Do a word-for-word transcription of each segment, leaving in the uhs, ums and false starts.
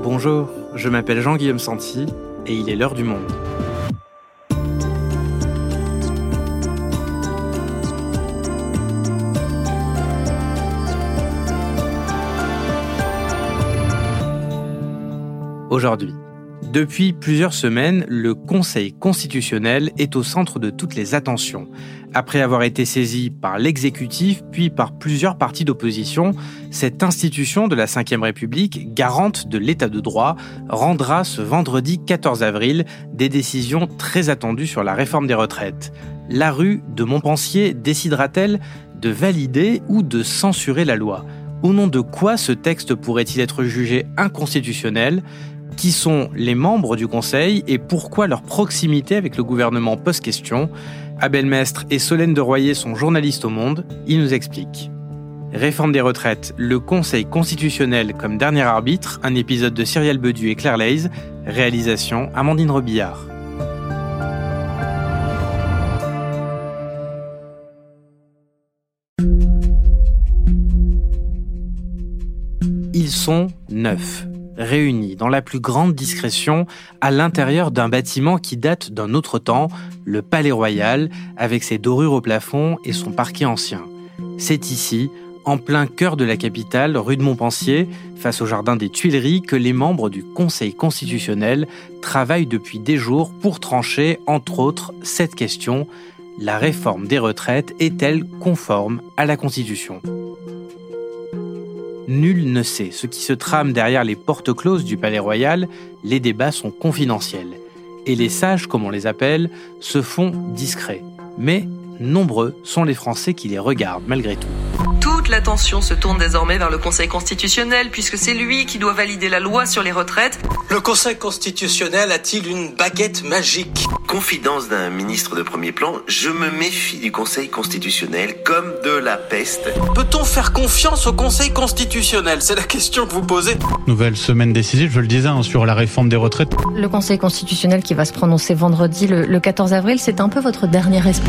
Bonjour, je m'appelle Jean-Guillaume Santi et il est l'heure du monde. Aujourd'hui, depuis plusieurs semaines, le Conseil constitutionnel est au centre de toutes les attentions. Après avoir été saisi par l'exécutif, puis par plusieurs partis d'opposition, cette institution de la cinquième République, garante de l'état de droit, rendra ce vendredi quatorze avril des décisions très attendues sur la réforme des retraites. La rue de Montpensier décidera-t-elle de valider ou de censurer la loi ? Au nom de quoi ce texte pourrait-il être jugé inconstitutionnel ? Qui sont les membres du Conseil et pourquoi leur proximité avec le gouvernement pose question ? Abel Mestre et Solène de Royer sont journalistes au Monde, ils nous expliquent. Réforme des retraites, le Conseil constitutionnel comme dernier arbitre, un épisode de Cyrielle Bedu et Claire Leize, réalisation Amandine Robillard. Ils sont neuf. Réunis dans la plus grande discrétion à l'intérieur d'un bâtiment qui date d'un autre temps, le Palais Royal, avec ses dorures au plafond et son parquet ancien. C'est ici, en plein cœur de la capitale, rue de Montpensier, face au jardin des Tuileries, que les membres du Conseil constitutionnel travaillent depuis des jours pour trancher, entre autres, cette question : la réforme des retraites est-elle conforme à la Constitution ? Nul ne sait ce qui se trame derrière les portes closes du Palais Royal, les débats sont confidentiels. Et les sages, comme on les appelle, se font discrets. Mais nombreux sont les Français qui les regardent malgré tout. Toute l'attention se tourne désormais vers le Conseil constitutionnel, puisque c'est lui qui doit valider la loi sur les retraites. Le Conseil constitutionnel a-t-il une baguette magique ? Confidence d'un ministre de premier plan, je me méfie du Conseil constitutionnel comme de la peste. Peut-on faire confiance au Conseil constitutionnel ? C'est la question que vous posez. Nouvelle semaine décisive, je le disais, hein, sur la réforme des retraites. Le Conseil constitutionnel qui va se prononcer vendredi, le, le quatorze avril, c'est un peu votre dernier espoir ?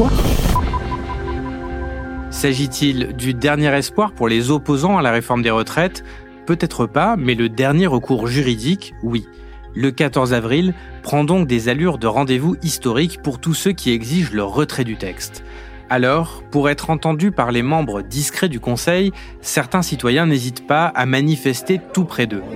S'agit-il du dernier espoir pour les opposants à la réforme des retraites ? Peut-être pas, mais le dernier recours juridique, oui. Le quatorze avril prend donc des allures de rendez-vous historique pour tous ceux qui exigent le retrait du texte. Alors, pour être entendus par les membres discrets du Conseil, certains citoyens n'hésitent pas à manifester tout près d'eux.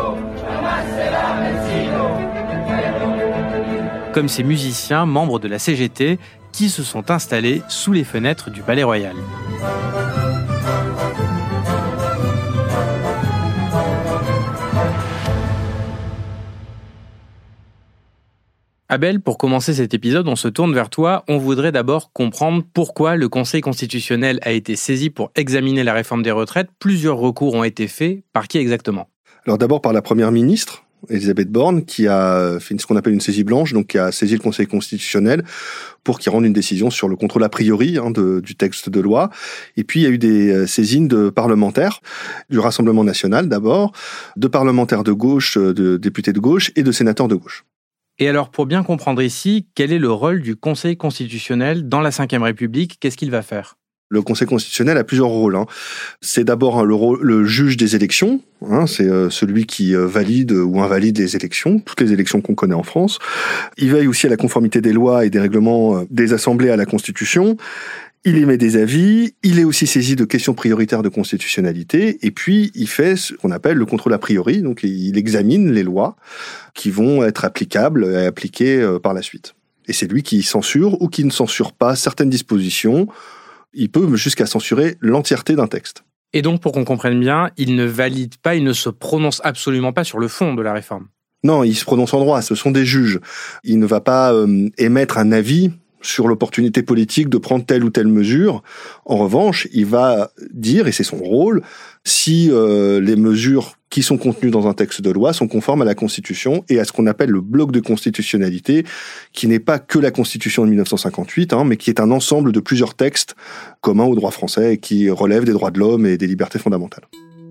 Comme ces musiciens membres de la C G T qui se sont installés sous les fenêtres du Palais Royal. Abel, pour commencer cet épisode, on se tourne vers toi. On voudrait d'abord comprendre pourquoi le Conseil constitutionnel a été saisi pour examiner la réforme des retraites. Plusieurs recours ont été faits. Par qui exactement ? Alors d'abord par la Première ministre, Elisabeth Borne, qui a fait ce qu'on appelle une saisie blanche, donc qui a saisi le Conseil constitutionnel pour qu'il rende une décision sur le contrôle a priori hein, de, du texte de loi. Et puis il y a eu des saisines de parlementaires, du Rassemblement national d'abord, de parlementaires de gauche, de députés de gauche et de sénateurs de gauche. Et alors, pour bien comprendre ici, quel est le rôle du Conseil constitutionnel dans la cinquième République ? Qu'est-ce qu'il va faire ? Le Conseil constitutionnel a plusieurs rôles. Hein. C'est d'abord hein, le, rôle, le juge des élections, hein, c'est euh, celui qui euh, valide ou invalide les élections, toutes les élections qu'on connaît en France. Il veille aussi à la conformité des lois et des règlements euh, des assemblées à la Constitution. Il émet des avis, il est aussi saisi de questions prioritaires de constitutionnalité, et puis il fait ce qu'on appelle le contrôle a priori, donc il examine les lois qui vont être applicables et appliquées euh, par la suite. Et c'est lui qui censure ou qui ne censure pas certaines dispositions. Il peut jusqu'à censurer l'entièreté d'un texte. Et donc, pour qu'on comprenne bien, il ne valide pas, il ne se prononce absolument pas sur le fond de la réforme. Non, il se prononce en droit, ce sont des juges. Il ne va pas euh, émettre un avis sur l'opportunité politique de prendre telle ou telle mesure. En revanche, il va dire, et c'est son rôle, si euh, les mesures qui sont contenues dans un texte de loi sont conformes à la Constitution et à ce qu'on appelle le bloc de constitutionnalité, qui n'est pas que la Constitution de dix-neuf cent cinquante-huit, hein, mais qui est un ensemble de plusieurs textes communs au droit français et qui relèvent des droits de l'homme et des libertés fondamentales.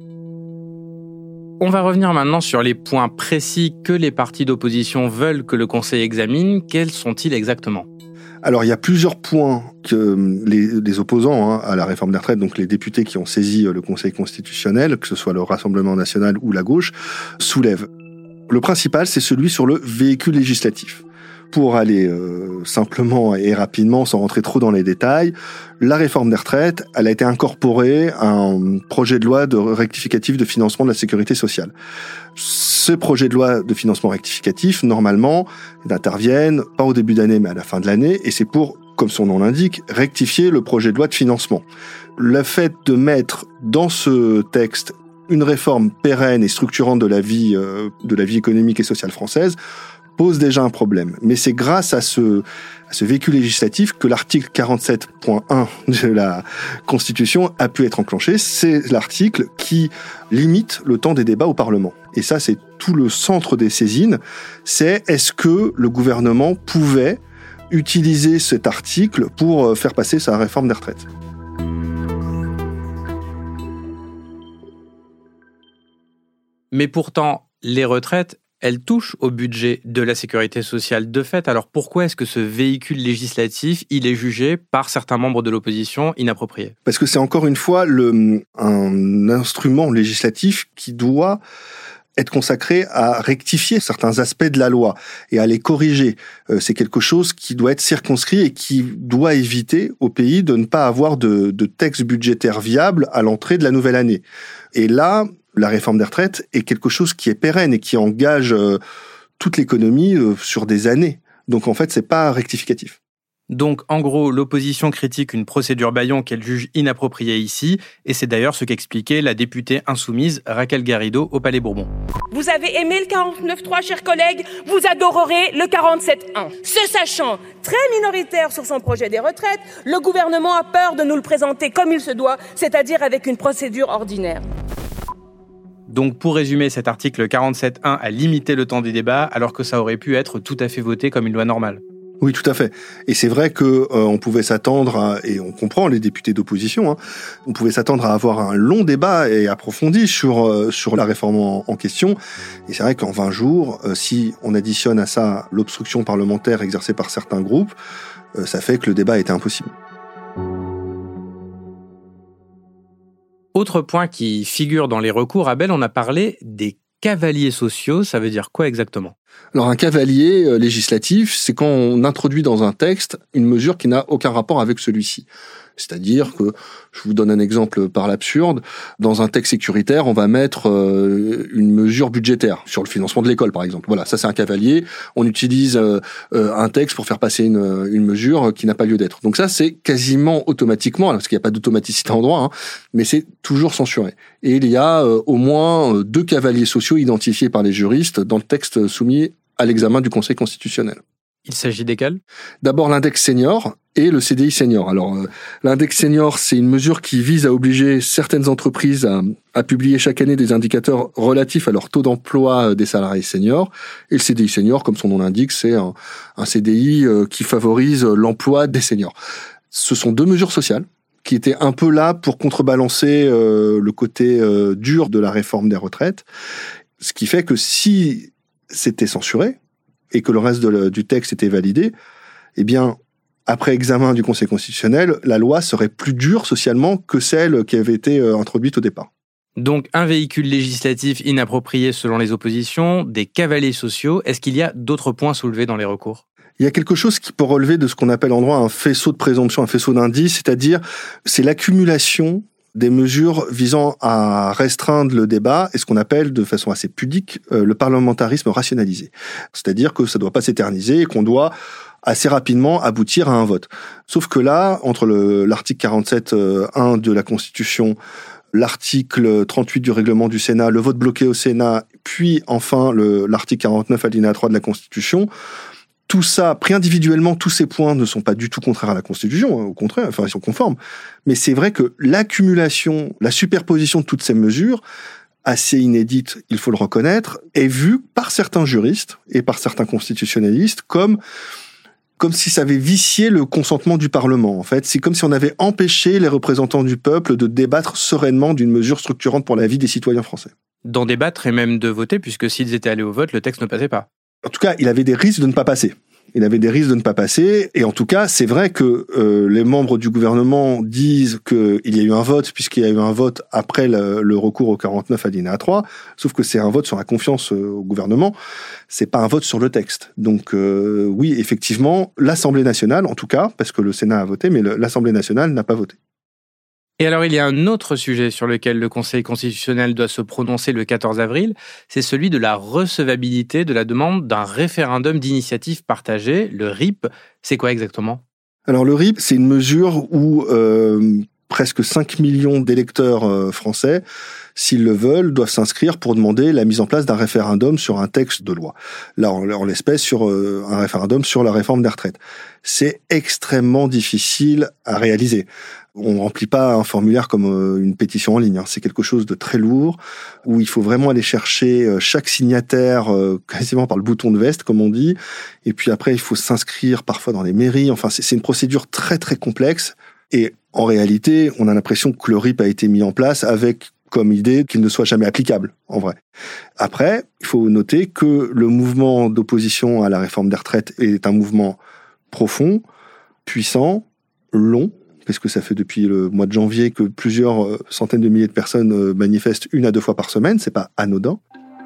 On va revenir maintenant sur les points précis que les partis d'opposition veulent que le Conseil examine. Quels sont-ils exactement ? Alors, il y a plusieurs points que les, les opposants hein, à la réforme des retraites, donc les députés qui ont saisi le Conseil constitutionnel, que ce soit le Rassemblement national ou la gauche, soulèvent. Le principal, c'est celui sur le véhicule législatif. Pour aller euh, simplement et rapidement, sans rentrer trop dans les détails, la réforme des retraites, elle a été incorporée à un projet de loi de rectificatif de financement de la sécurité sociale. Ce projet de loi de financement rectificatif, normalement, n'interviennent pas au début d'année, mais à la fin de l'année, et c'est pour, comme son nom l'indique, rectifier le projet de loi de financement. Le fait de mettre dans ce texte une réforme pérenne et structurante de la vie, euh, de la vie économique et sociale française pose déjà un problème. Mais c'est grâce à ce, à ce véhicule législatif que l'article quarante-sept point un de la Constitution a pu être enclenché. C'est l'article qui limite le temps des débats au Parlement. Et ça, c'est tout le centre des saisines. C'est est-ce que le gouvernement pouvait utiliser cet article pour faire passer sa réforme des retraites ? Mais pourtant, les retraites, elles touchent au budget de la sécurité sociale de fait. Alors pourquoi est-ce que ce véhicule législatif, il est jugé par certains membres de l'opposition inapproprié ? Parce que c'est encore une fois le, un instrument législatif qui doit être consacré à rectifier certains aspects de la loi et à les corriger. Euh, c'est quelque chose qui doit être circonscrit et qui doit éviter au pays de ne pas avoir de, de texte budgétaire viable à l'entrée de la nouvelle année. Et là, la réforme des retraites est quelque chose qui est pérenne et qui engage euh, toute l'économie euh, sur des années. Donc en fait, c'est pas rectificatif. Donc, en gros, l'opposition critique une procédure Bayon qu'elle juge inappropriée ici, et c'est d'ailleurs ce qu'expliquait la députée insoumise Raquel Garrido au Palais Bourbon. Vous avez aimé le quarante-neuf trois, chers collègues, vous adorerez le quarante-sept un. Se sachant très minoritaire sur son projet des retraites, le gouvernement a peur de nous le présenter comme il se doit, c'est-à-dire avec une procédure ordinaire. Donc, pour résumer, cet article quarante-sept un a limité le temps des débats, alors que ça aurait pu être tout à fait voté comme une loi normale. Oui, tout à fait. Et c'est vrai que euh, on pouvait s'attendre, à, et on comprend les députés d'opposition, hein, on pouvait s'attendre à avoir un long débat et approfondi sur euh, sur la réforme en, en question. Et c'est vrai qu'en vingt jours, euh, si on additionne à ça l'obstruction parlementaire exercée par certains groupes, euh, ça fait que le débat était impossible. Autre point qui figure dans les recours, Abel, on a parlé des cavaliers sociaux. Ça veut dire quoi exactement ? Alors un cavalier euh, législatif, c'est quand on introduit dans un texte une mesure qui n'a aucun rapport avec celui-ci. C'est-à-dire que, je vous donne un exemple par l'absurde, dans un texte sécuritaire, on va mettre euh, une mesure budgétaire sur le financement de l'école, par exemple. Voilà, ça c'est un cavalier. On utilise euh, un texte pour faire passer une, une mesure qui n'a pas lieu d'être. Donc ça, c'est quasiment automatiquement, parce qu'il n'y a pas d'automaticité en droit, hein, mais c'est toujours censuré. Et il y a euh, au moins deux cavaliers sociaux identifiés par les juristes dans le texte soumis à l'examen du Conseil constitutionnel. Il s'agit desquels ? D'abord l'index senior et le C D I senior. Alors euh, l'index senior, c'est une mesure qui vise à obliger certaines entreprises à, à publier chaque année des indicateurs relatifs à leur taux d'emploi des salariés seniors. Et le C D I senior, comme son nom l'indique, c'est un, un C D I euh, qui favorise l'emploi des seniors. Ce sont deux mesures sociales qui étaient un peu là pour contrebalancer euh, le côté euh, dur de la réforme des retraites. Ce qui fait que si c'était censuré, et que le reste de le, du texte était validé, eh bien, après examen du Conseil constitutionnel, la loi serait plus dure socialement que celle qui avait été euh, introduite au départ. Donc, un véhicule législatif inapproprié selon les oppositions, des cavaliers sociaux. Est-ce qu'il y a d'autres points soulevés dans les recours ? Il y a quelque chose qui peut relever de ce qu'on appelle en droit un faisceau de présomption, un faisceau d'indices, c'est-à-dire c'est l'accumulation des mesures visant à restreindre le débat et ce qu'on appelle de façon assez pudique euh, le parlementarisme rationalisé. C'est-à-dire que ça ne doit pas s'éterniser et qu'on doit assez rapidement aboutir à un vote. Sauf que là, entre le, l'article quarante-sept point un de la Constitution, l'article trente-huit du règlement du Sénat, le vote bloqué au Sénat, puis enfin le, l'article quarante-neuf alinéa trois de la Constitution, tout ça, pris individuellement, tous ces points ne sont pas du tout contraires à la Constitution, hein, au contraire, enfin, ils sont conformes. Mais c'est vrai que l'accumulation, la superposition de toutes ces mesures, assez inédite, il faut le reconnaître, est vue par certains juristes et par certains constitutionnalistes comme, comme si ça avait vicié le consentement du Parlement, en fait. C'est comme si on avait empêché les représentants du peuple de débattre sereinement d'une mesure structurante pour la vie des citoyens français. D'en débattre et même de voter, puisque s'ils étaient allés au vote, le texte ne passait pas. En tout cas, il avait des risques de ne pas passer. Il avait des risques de ne pas passer. Et en tout cas, c'est vrai que euh, les membres du gouvernement disent qu'il y a eu un vote, puisqu'il y a eu un vote après le, le recours au quarante-neuf alinéa trois. Sauf que c'est un vote sur la confiance euh, au gouvernement. C'est pas un vote sur le texte. Donc euh, oui, effectivement, l'Assemblée nationale, en tout cas, parce que le Sénat a voté, mais le, l'Assemblée nationale n'a pas voté. Et alors, il y a un autre sujet sur lequel le Conseil constitutionnel doit se prononcer le quatorze avril, c'est celui de la recevabilité de la demande d'un référendum d'initiative partagée, le R I P. C'est quoi exactement ? Alors le R I P, c'est une mesure où euh, presque cinq millions d'électeurs euh, français, s'ils le veulent, doivent s'inscrire pour demander la mise en place d'un référendum sur un texte de loi. Là, en, en l'espèce, sur euh, un référendum sur la réforme des retraites. C'est extrêmement difficile à réaliser. On ne remplit pas un formulaire comme euh, une pétition en ligne. Hein. C'est quelque chose de très lourd, où il faut vraiment aller chercher euh, chaque signataire euh, quasiment par le bouton de veste, comme on dit. Et puis après, il faut s'inscrire parfois dans les mairies. Enfin, c'est, c'est une procédure très, très complexe. Et en réalité, on a l'impression que le R I P a été mis en place avec comme idée qu'il ne soit jamais applicable, en vrai. Après, il faut noter que le mouvement d'opposition à la réforme des retraites est un mouvement profond, puissant, long, parce que ça fait depuis le mois de janvier que plusieurs centaines de milliers de personnes manifestent une à deux fois par semaine, c'est pas anodin.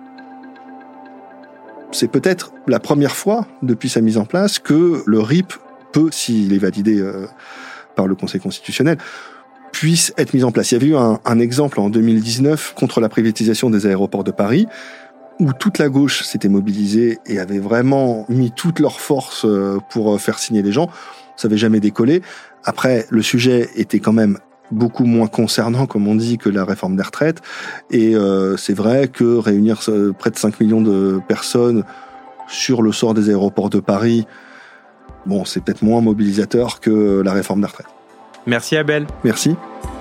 C'est peut-être la première fois depuis sa mise en place que le R I P peut, s'il est validé euh, par le Conseil constitutionnel, puisse être mis en place. Il y avait eu un, un exemple en deux mille dix-neuf contre la privatisation des aéroports de Paris, où toute la gauche s'était mobilisée et avait vraiment mis toutes leurs forces pour faire signer les gens. Ça n'avait jamais décollé. Après, le sujet était quand même beaucoup moins concernant, comme on dit, que la réforme des retraites. Et euh, c'est vrai que réunir près de cinq millions de personnes sur le sort des aéroports de Paris, bon, c'est peut-être moins mobilisateur que la réforme des retraites. Merci Abel. Merci.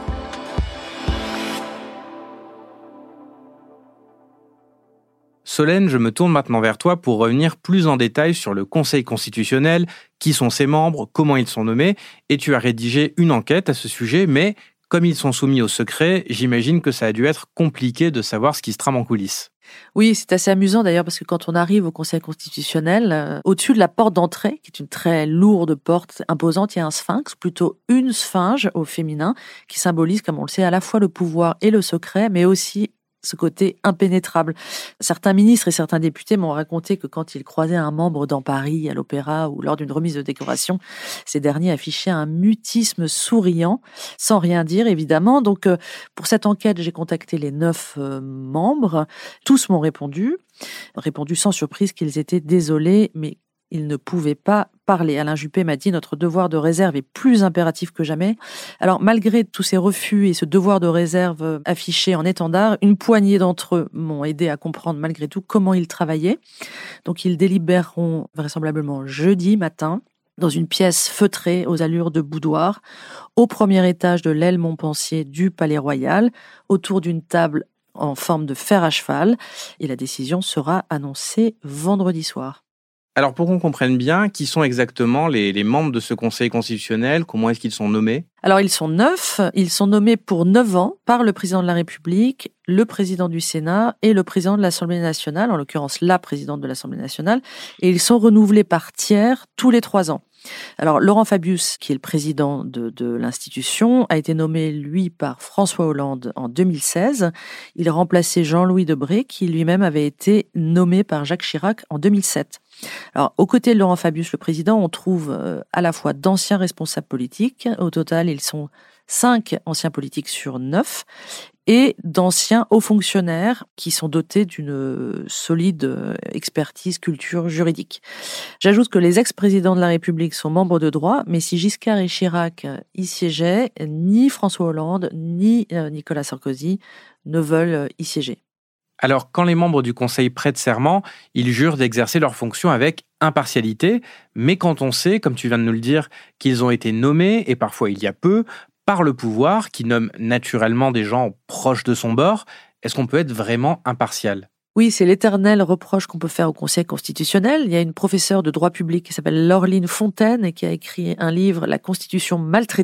Solène, je me tourne maintenant vers toi pour revenir plus en détail sur le Conseil constitutionnel, qui sont ses membres, comment ils sont nommés, et tu as rédigé une enquête à ce sujet, mais comme ils sont soumis au secret, j'imagine que ça a dû être compliqué de savoir ce qui se trame en coulisses. Oui, c'est assez amusant d'ailleurs parce que quand on arrive au Conseil constitutionnel, euh, au-dessus de la porte d'entrée, qui est une très lourde porte imposante, il y a un sphinx, plutôt une sphinge au féminin, qui symbolise, comme on le sait, à la fois le pouvoir et le secret, mais aussi ce côté impénétrable. Certains ministres et certains députés m'ont raconté que quand ils croisaient un membre dans Paris, à l'opéra ou lors d'une remise de décoration, ces derniers affichaient un mutisme souriant, sans rien dire évidemment. Donc euh, pour cette enquête, j'ai contacté les neuf euh, membres. Tous m'ont répondu, répondu sans surprise qu'ils étaient désolés, mais ils ne pouvaient pas parler. Alain Juppé m'a dit « Notre devoir de réserve est plus impératif que jamais ». Alors, malgré tous ces refus et ce devoir de réserve affiché en étendard, une poignée d'entre eux m'ont aidé à comprendre malgré tout comment ils travaillaient. Donc, ils délibéreront vraisemblablement jeudi matin dans une pièce feutrée aux allures de boudoir, au premier étage de l'aile Montpensier du Palais Royal, autour d'une table en forme de fer à cheval. Et la décision sera annoncée vendredi soir. Alors pour qu'on comprenne bien, qui sont exactement les, les membres de ce Conseil constitutionnel ? Comment est-ce qu'ils sont nommés ? Alors ils sont neuf, ils sont nommés pour neuf ans par le président de la République, le président du Sénat et le président de l'Assemblée nationale, en l'occurrence la présidente de l'Assemblée nationale, et ils sont renouvelés par tiers tous les trois ans. Alors Laurent Fabius, qui est le président de, de l'institution, a été nommé lui par François Hollande en deux mille seize. Il remplaçait Jean-Louis Debré, qui lui-même avait été nommé par Jacques Chirac en deux mille sept. Alors, aux côtés de Laurent Fabius, le président, on trouve euh, à la fois d'anciens responsables politiques. Au total, ils sont cinq anciens politiques sur neuf et d'anciens hauts fonctionnaires qui sont dotés d'une solide expertise, culture juridique. J'ajoute que les ex-présidents de la République sont membres de droit, mais si Giscard et Chirac y siégeaient, ni François Hollande, ni Nicolas Sarkozy ne veulent y siéger. Alors, quand les membres du Conseil prêtent serment, ils jurent d'exercer leurs fonctions avec impartialité, mais quand on sait, comme tu viens de nous le dire, qu'ils ont été nommés, et parfois il y a peu, par le pouvoir, qui nomme naturellement des gens proches de son bord, est-ce qu'on peut être vraiment impartial ? Oui, c'est l'éternel reproche qu'on peut faire au Conseil constitutionnel. Il y a une professeure de droit public qui s'appelle Laureline Fontaine et qui a écrit un livre, La Constitution maltraitée,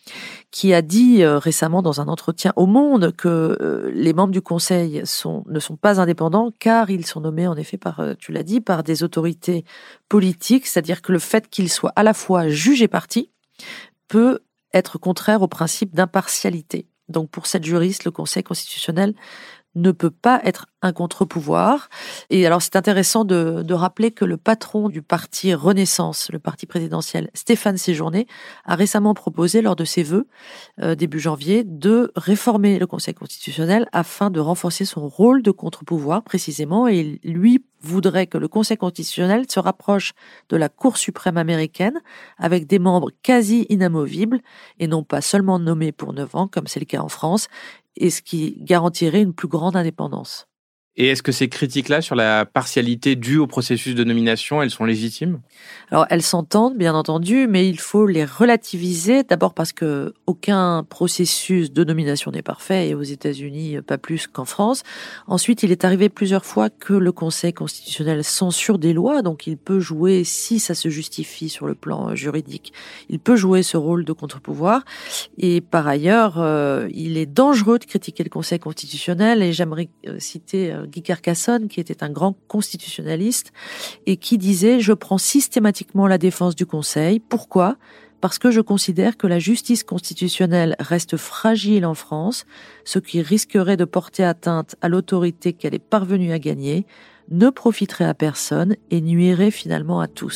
qui a dit euh, récemment dans un entretien au Monde que euh, les membres du Conseil sont, ne sont pas indépendants car ils sont nommés en effet par, euh, tu l'as dit, par des autorités politiques, c'est-à-dire que le fait qu'ils soient à la fois juge et partie peut être contraire au principe d'impartialité. Donc pour cette juriste, le Conseil constitutionnel ne peut pas être un contre-pouvoir. Et alors, c'est intéressant de, de rappeler que le patron du parti Renaissance, le parti présidentiel, Stéphane Séjourné, a récemment proposé lors de ses vœux, euh, début janvier, de réformer le Conseil constitutionnel afin de renforcer son rôle de contre-pouvoir, précisément. Et lui voudrait que le Conseil constitutionnel se rapproche de la Cour suprême américaine avec des membres quasi inamovibles et non pas seulement nommés pour neuf ans, comme c'est le cas en France, et ce qui garantirait une plus grande indépendance. Et est-ce que ces critiques-là sur la partialité due au processus de nomination, elles sont légitimes ? Alors, elles s'entendent, bien entendu, mais il faut les relativiser. D'abord parce que aucun processus de nomination n'est parfait, et aux États-Unis, pas plus qu'en France. Ensuite, il est arrivé plusieurs fois que le Conseil constitutionnel censure des lois, donc il peut jouer, si ça se justifie sur le plan juridique, il peut jouer ce rôle de contre-pouvoir. Et par ailleurs, euh, il est dangereux de critiquer le Conseil constitutionnel, et j'aimerais euh, citer euh, Guy Carcassonne, qui était un grand constitutionnaliste et qui disait « Je prends systématiquement la défense du Conseil. Pourquoi ? Parce que je considère que la justice constitutionnelle reste fragile en France, ce qui risquerait de porter atteinte à l'autorité qu'elle est parvenue à gagner, ne profiterait à personne et nuirait finalement à tous. »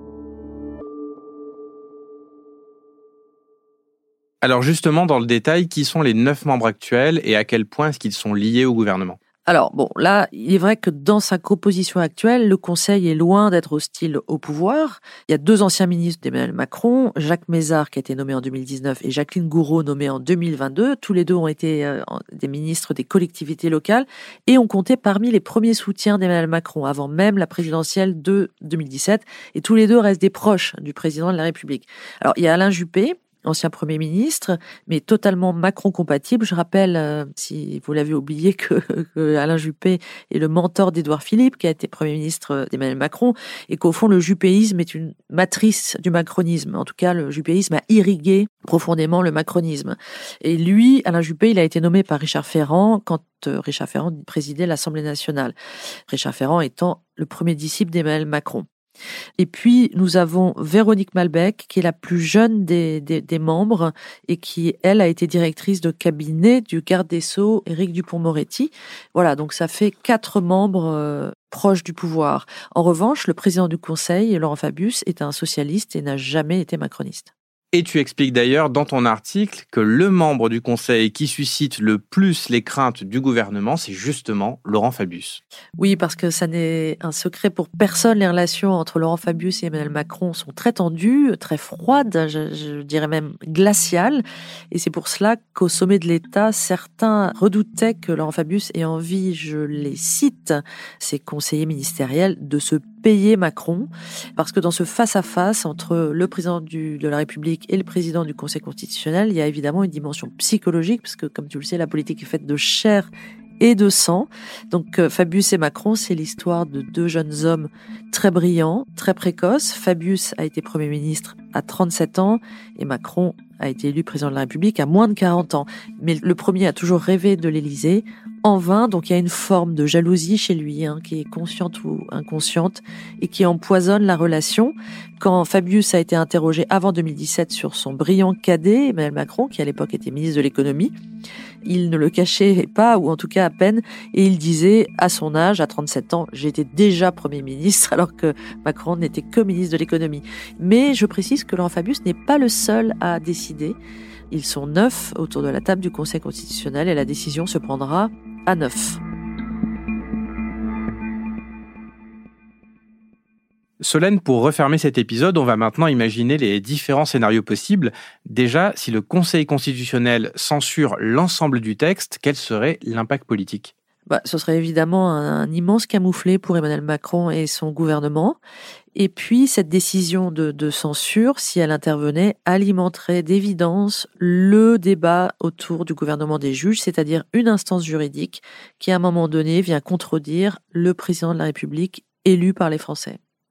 Alors justement, dans le détail, qui sont les neuf membres actuels et à quel point est-ce qu'ils sont liés au gouvernement ? Alors, bon, là, il est vrai que dans sa composition actuelle, le Conseil est loin d'être hostile au pouvoir. Il y a deux anciens ministres d'Emmanuel Macron, Jacques Mézard, qui a été nommé en deux mille dix-neuf, et Jacqueline Gouraud, nommée en deux mille vingt-deux. Tous les deux ont été euh, des ministres des collectivités locales et ont compté parmi les premiers soutiens d'Emmanuel Macron, avant même la présidentielle de deux mille dix-sept. Et tous les deux restent des proches du président de la République. Alors, il y a Alain Juppé, ancien Premier ministre, mais totalement Macron-compatible. Je rappelle, euh, si vous l'avez oublié, que, que Alain Juppé est le mentor d'Édouard Philippe, qui a été Premier ministre d'Emmanuel Macron, et qu'au fond, le juppéisme est une matrice du macronisme. En tout cas, le juppéisme a irrigué profondément le macronisme. Et lui, Alain Juppé, il a été nommé par Richard Ferrand quand euh, Richard Ferrand présidait l'Assemblée nationale. Richard Ferrand étant le premier disciple d'Emmanuel Macron. Et puis, nous avons Véronique Malbec, qui est la plus jeune des, des, des membres et qui, elle, a été directrice de cabinet du garde des Sceaux, Éric Dupond-Moretti. Voilà, donc ça fait quatre membres euh, proches du pouvoir. En revanche, le président du Conseil, Laurent Fabius, est un socialiste et n'a jamais été macroniste. Et tu expliques d'ailleurs dans ton article que le membre du Conseil qui suscite le plus les craintes du gouvernement, c'est justement Laurent Fabius. Oui, parce que ça n'est un secret pour personne. Les relations entre Laurent Fabius et Emmanuel Macron sont très tendues, très froides, je, je dirais même glaciales. Et c'est pour cela qu'au sommet de l'État, certains redoutaient que Laurent Fabius ait envie, je les cite, ses conseillers ministériels, de se payer Macron, parce que dans ce face-à-face entre le président du, de la République et le président du Conseil constitutionnel, il y a évidemment une dimension psychologique, parce que, comme tu le sais, la politique est faite de chair et de sang. Donc, euh, Fabius et Macron, c'est l'histoire de deux jeunes hommes très brillants, très précoces. Fabius a été Premier ministre à trente-sept ans et Macron a été élu président de la République à moins de quarante ans. Mais le premier a toujours rêvé de l'Élysée, en vain. Donc il y a une forme de jalousie chez lui, hein, qui est consciente ou inconsciente, et qui empoisonne la relation. Quand Fabius a été interrogé avant deux mille dix-sept sur son brillant cadet, Emmanuel Macron, qui à l'époque était ministre de l'économie, il ne le cachait pas, ou en tout cas à peine, et il disait, à son âge, à trente-sept ans, j'étais déjà Premier ministre, alors que Macron n'était que ministre de l'économie. Mais je précise que Laurent Fabius n'est pas le seul à décider. Ils sont neuf autour de la table du Conseil constitutionnel et la décision se prendra à neuf. Solène, pour refermer cet épisode, on va maintenant imaginer les différents scénarios possibles. Déjà, si le Conseil constitutionnel censure l'ensemble du texte, quel serait l'impact politique ? Bah, ce serait évidemment un, un immense camouflet pour Emmanuel Macron et son gouvernement. Et puis, cette décision de, de censure, si elle intervenait, alimenterait d'évidence le débat autour du gouvernement des juges, c'est-à-dire une instance juridique qui, à un moment donné, vient contredire le président de la République élu par les Français.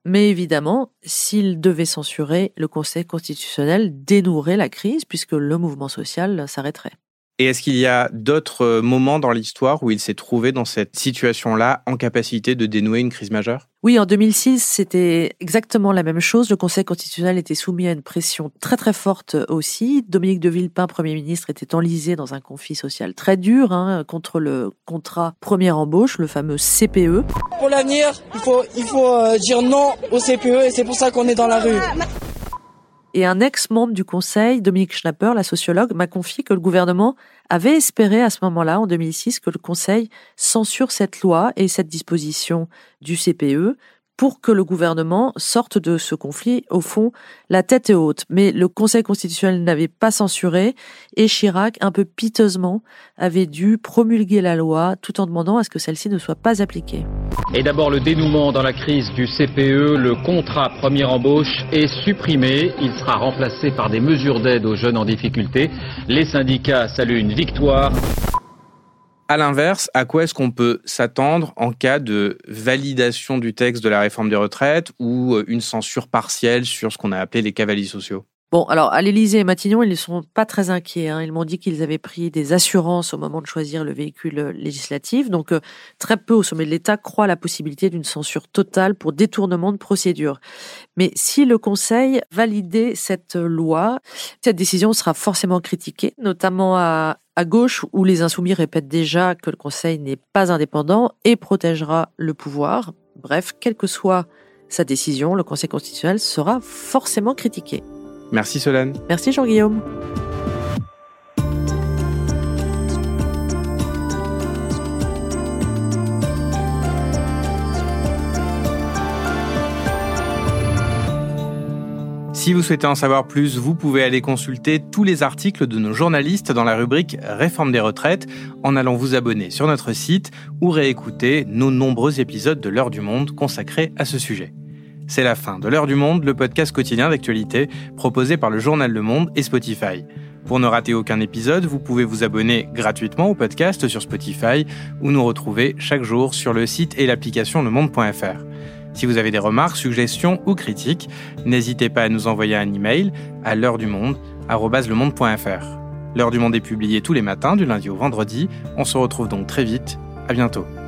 Mais évidemment, s'il devait censurer, le Conseil constitutionnel dénouerait la crise puisque le mouvement social s'arrêterait. Et est-ce qu'il y a d'autres moments dans l'histoire où il s'est trouvé dans cette situation-là, en capacité de dénouer une crise majeure ? Oui, en deux mille six, c'était exactement la même chose. Le Conseil constitutionnel était soumis à une pression très très forte aussi. Dominique de Villepin, Premier ministre, était enlisé dans un conflit social très dur hein, contre le contrat première embauche, le fameux C P E. Pour l'avenir, il faut, il faut euh, dire non au C P E et c'est pour ça qu'on est dans la rue. Et un ex-membre du Conseil, Dominique Schnapper, la sociologue, m'a confié que le gouvernement avait espéré à ce moment-là, en deux mille six, que le Conseil censure cette loi et cette disposition du C P E pour que le gouvernement sorte de ce conflit, au fond, la tête haute. Mais le Conseil constitutionnel n'avait pas censuré et Chirac, un peu piteusement, avait dû promulguer la loi tout en demandant à ce que celle-ci ne soit pas appliquée. Et d'abord le dénouement dans la crise du C P E, le contrat première embauche est supprimé. Il sera remplacé par des mesures d'aide aux jeunes en difficulté. Les syndicats saluent une victoire. À l'inverse, à quoi est-ce qu'on peut s'attendre en cas de validation du texte de la réforme des retraites ou une censure partielle sur ce qu'on a appelé les cavaliers sociaux ? Bon, alors à l'Élysée et Matignon, ils ne sont pas très inquiets. Hein. Ils m'ont dit qu'ils avaient pris des assurances au moment de choisir le véhicule législatif. Donc euh, très peu au sommet de l'État croient à la possibilité d'une censure totale pour détournement de procédure. Mais si le Conseil validait cette loi, cette décision sera forcément critiquée, notamment à, à gauche où les insoumis répètent déjà que le Conseil n'est pas indépendant et protégera le pouvoir. Bref, quelle que soit sa décision, le Conseil constitutionnel sera forcément critiqué. Merci Solène. Merci Jean-Guillaume. Si vous souhaitez en savoir plus, vous pouvez aller consulter tous les articles de nos journalistes dans la rubrique Réforme des retraites en allant vous abonner sur notre site ou réécouter nos nombreux épisodes de l'Heure du Monde consacrés à ce sujet. C'est la fin de l'Heure du Monde, le podcast quotidien d'actualité proposé par le journal Le Monde et Spotify. Pour ne rater aucun épisode, vous pouvez vous abonner gratuitement au podcast sur Spotify ou nous retrouver chaque jour sur le site et l'application le monde point f r. Si vous avez des remarques, suggestions ou critiques, n'hésitez pas à nous envoyer un email à l'heure du monde arobase le monde point f r. L'Heure du Monde est publiée tous les matins du lundi au vendredi. On se retrouve donc très vite. À bientôt.